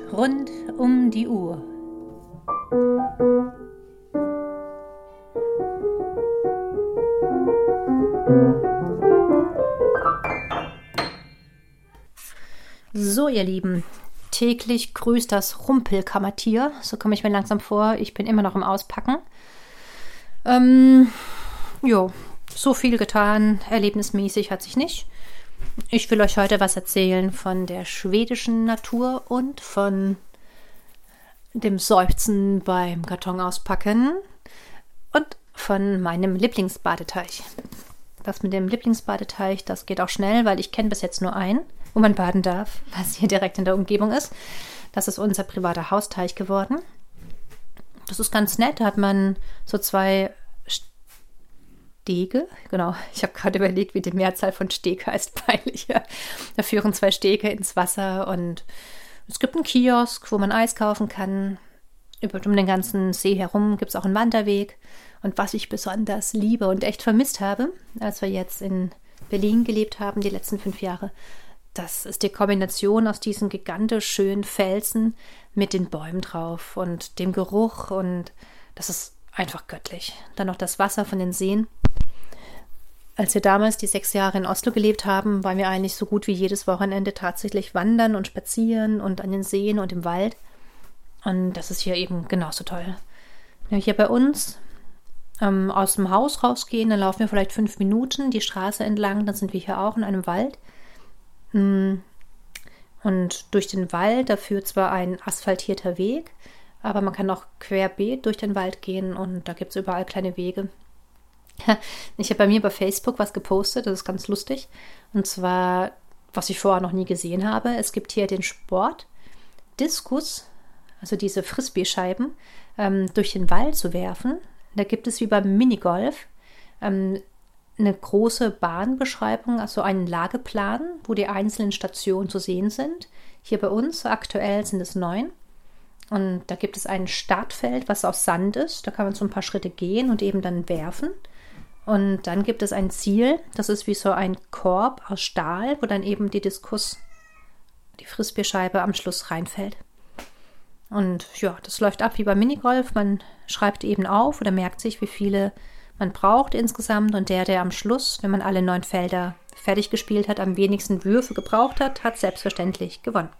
Rund um die Uhr. So, ihr Lieben, täglich grüßt das Rumpelkammertier. So komme ich mir langsam vor. Ich bin immer noch im Auspacken. So viel getan, erlebnismäßig hat sich nicht. Ich will euch heute was erzählen von der schwedischen Natur und von dem Seufzen beim Karton auspacken und von meinem Lieblingsbadeteich. Das mit dem Lieblingsbadeteich, das geht auch schnell, weil ich kenne bis jetzt nur einen, wo man baden darf, was hier direkt in der Umgebung ist. Das ist unser privater Hausteich geworden. Das ist ganz nett, da hat man so 2 Stege, genau, ich habe gerade überlegt, wie die Mehrzahl von Steg heißt, peinlich. Ja. Da führen 2 Stege ins Wasser und es gibt einen Kiosk, wo man Eis kaufen kann. Um den ganzen See herum gibt es auch einen Wanderweg. Und was ich besonders liebe und echt vermisst habe, als wir jetzt in Berlin gelebt haben, die letzten 5 Jahre, das ist die Kombination aus diesen gigantisch schönen Felsen mit den Bäumen drauf und dem Geruch, und das ist einfach göttlich. Dann noch das Wasser von den Seen. Als wir damals die 6 Jahre in Oslo gelebt haben, waren wir eigentlich so gut wie jedes Wochenende tatsächlich wandern und spazieren und an den Seen und im Wald. Und das ist hier eben genauso toll. Wenn wir hier bei uns aus dem Haus rausgehen, dann laufen wir vielleicht 5 Minuten die Straße entlang, dann sind wir hier auch in einem Wald. Und durch den Wald, da führt zwar ein asphaltierter Weg, aber man kann auch querbeet durch den Wald gehen und da gibt es überall kleine Wege. Ich habe bei mir bei Facebook was gepostet, das ist ganz lustig. Und zwar, was ich vorher noch nie gesehen habe, es gibt hier den Sport, Diskus, also diese Frisbee-Scheiben, durch den Wald zu werfen. Da gibt es wie beim Minigolf eine große Bahnbeschreibung, also einen Lageplan, wo die einzelnen Stationen zu sehen sind. Hier bei uns aktuell sind es 9. Und da gibt es ein Startfeld, was aus Sand ist. Da kann man so ein paar Schritte gehen und eben dann werfen. Und dann gibt es ein Ziel, das ist wie so ein Korb aus Stahl, wo dann eben die Frisbee-Scheibe am Schluss reinfällt. Und ja, das läuft ab wie beim Minigolf. Man schreibt eben auf oder merkt sich, wie viele man braucht insgesamt. Und der am Schluss, wenn man alle 9 Felder fertig gespielt hat, am wenigsten Würfe gebraucht hat, hat selbstverständlich gewonnen.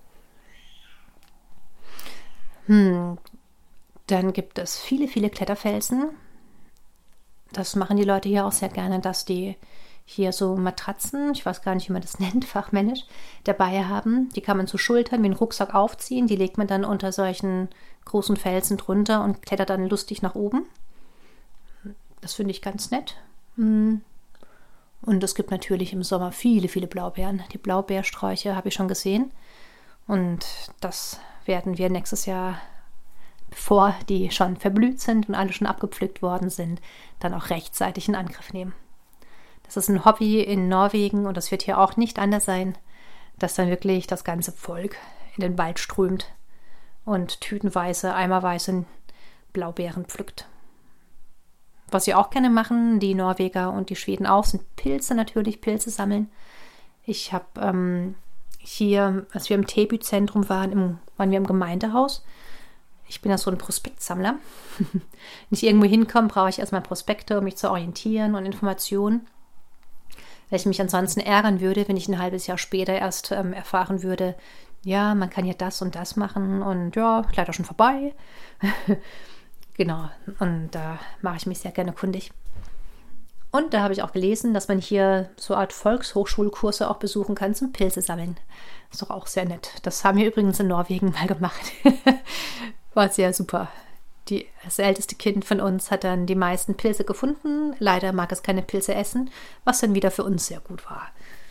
Dann gibt es viele, viele Kletterfelsen. Das machen die Leute hier auch sehr gerne, dass die hier so Matratzen, ich weiß gar nicht, wie man das nennt, fachmännisch, dabei haben. Die kann man zu Schultern wie einen Rucksack aufziehen. Die legt man dann unter solchen großen Felsen drunter und klettert dann lustig nach oben. Das finde ich ganz nett. Und es gibt natürlich im Sommer viele, viele Blaubeeren. Die Blaubeersträuche habe ich schon gesehen. Und das werden wir nächstes Jahr, bevor die schon verblüht sind und alle schon abgepflückt worden sind, dann auch rechtzeitig in Angriff nehmen. Das ist ein Hobby in Norwegen und das wird hier auch nicht anders sein, dass dann wirklich das ganze Volk in den Wald strömt und tütenweise, eimerweise Blaubeeren pflückt. Was sie auch gerne machen, die Norweger und die Schweden auch, sind Pilze natürlich, Pilze sammeln. Ich habe hier, als wir im Täby-Zentrum waren wir im Gemeindehaus. Ich bin ja so ein Prospektsammler. Wenn ich irgendwo hinkomme, brauche ich erstmal Prospekte, um mich zu orientieren und Informationen. Weil ich mich ansonsten ärgern würde, wenn ich ein halbes Jahr später erst erfahren würde, ja, man kann ja das und das machen und ja, leider schon vorbei. Genau, und da mache ich mich sehr gerne kundig. Und da habe ich auch gelesen, dass man hier so eine Art Volkshochschulkurse auch besuchen kann zum Pilze sammeln. Ist doch auch sehr nett. Das haben wir übrigens in Norwegen mal gemacht. War sehr super. Das älteste Kind von uns hat dann die meisten Pilze gefunden. Leider mag es keine Pilze essen, was dann wieder für uns sehr gut war.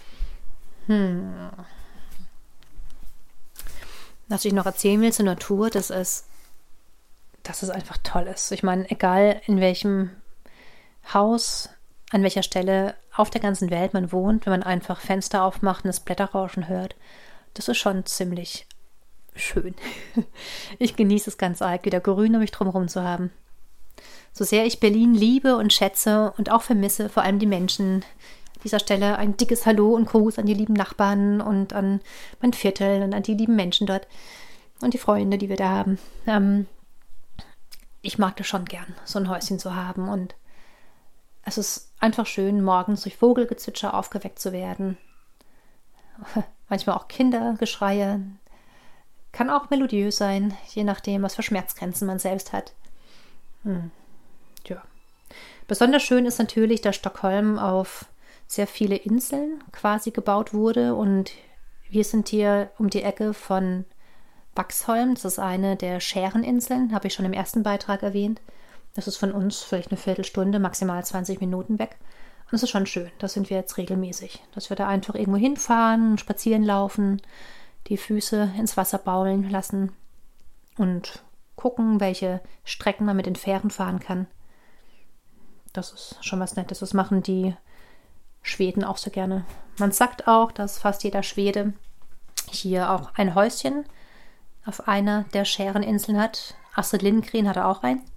Was ich noch erzählen will zur Natur, dass es einfach toll ist. Ich meine, egal in welchem Haus, an welcher Stelle auf der ganzen Welt man wohnt, wenn man einfach Fenster aufmacht und das Blätterrauschen hört, das ist schon ziemlich schön. Ich genieße es ganz arg, wieder Grün um mich drumherum zu haben. So sehr ich Berlin liebe und schätze und auch vermisse, vor allem die Menschen, an dieser Stelle ein dickes Hallo und Gruß an die lieben Nachbarn und an mein Viertel und an die lieben Menschen dort. und die Freunde, die wir da haben. Ich mag das schon gern, so ein Häuschen zu haben. Und es ist einfach schön, morgens durch Vogelgezwitscher aufgeweckt zu werden. Manchmal auch Kindergeschreie. Kann auch melodiös sein, je nachdem, was für Schmerzgrenzen man selbst hat. Ja. Besonders schön ist natürlich, dass Stockholm auf sehr viele Inseln quasi gebaut wurde. Und wir sind hier um die Ecke von Vaxholm. Das ist eine der Schäreninseln, habe ich schon im ersten Beitrag erwähnt. Das ist von uns vielleicht eine Viertelstunde, maximal 20 Minuten weg. Und es ist schon schön, da sind wir jetzt regelmäßig. Dass wir da einfach irgendwo hinfahren, spazieren laufen, die Füße ins Wasser baumeln lassen und gucken, welche Strecken man mit den Fähren fahren kann. Das ist schon was Nettes. Das machen die Schweden auch sehr gerne. Man sagt auch, dass fast jeder Schwede hier auch ein Häuschen auf einer der Schäreninseln hat. Astrid Lindgren hatte auch eins.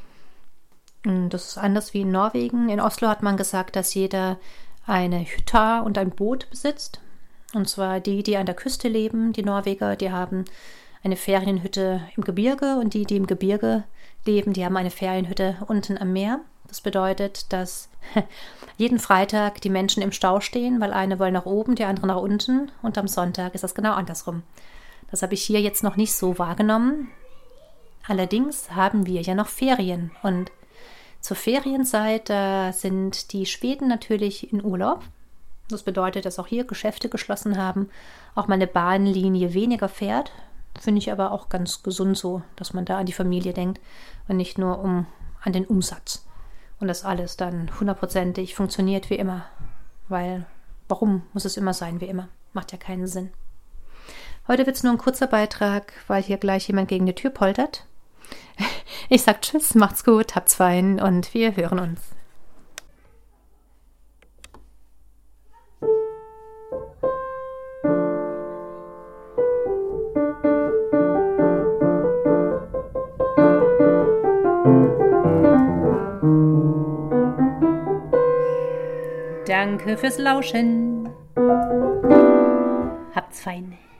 Das ist anders wie in Norwegen. In Oslo hat man gesagt, dass jeder eine Hytta und ein Boot besitzt. Und zwar die an der Küste leben, die Norweger, die haben eine Ferienhütte im Gebirge, und die im Gebirge leben, die haben eine Ferienhütte unten am Meer. Das bedeutet, dass jeden Freitag die Menschen im Stau stehen, weil eine wollen nach oben, die andere nach unten, und am Sonntag ist das genau andersrum. Das habe ich hier jetzt noch nicht so wahrgenommen. Allerdings haben wir ja noch Ferien, und zur Ferienzeit sind die Schweden natürlich in Urlaub. Das bedeutet, dass auch hier Geschäfte geschlossen haben, auch mal eine Bahnlinie weniger fährt. Finde ich aber auch ganz gesund so, dass man da an die Familie denkt und nicht nur an den Umsatz. Und das alles dann 100%ig funktioniert wie immer. Weil, warum muss es immer sein wie immer? Macht ja keinen Sinn. Heute wird es nur ein kurzer Beitrag, weil hier gleich jemand gegen die Tür poltert. Ich sag Tschüss, macht's gut, habt's fein und wir hören uns. Danke fürs Lauschen. Habt's fein.